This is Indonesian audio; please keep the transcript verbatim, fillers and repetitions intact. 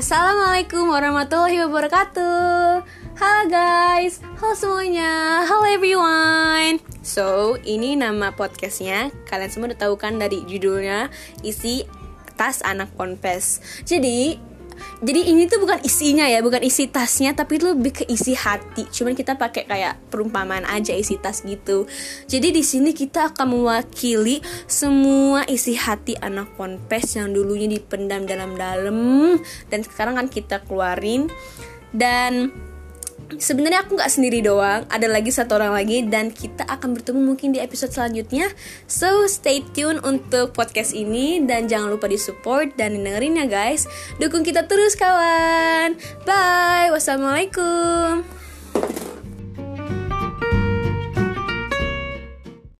Assalamualaikum warahmatullahi wabarakatuh. Halo guys, halo semuanya, halo everyone. So, ini nama podcastnya. Kalian semua udah tahu kan dari judulnya, isi tas anak ponpes. Jadi Jadi ini tuh bukan isinya ya, bukan isi tasnya, tapi itu lebih ke isi hati. Cuman kita pakai kayak perumpamaan aja isi tas gitu. Jadi di sini kita akan mewakili semua isi hati anak ponpes yang dulunya dipendam dalam-dalam dan sekarang kan kita keluarin. Dan sebenarnya aku nggak sendiri doang, ada lagi satu orang lagi dan kita akan bertemu mungkin di episode selanjutnya. So stay tune untuk podcast ini dan jangan lupa di support dan dengerin ya guys. Dukung kita terus kawan. Bye. Wassalamualaikum.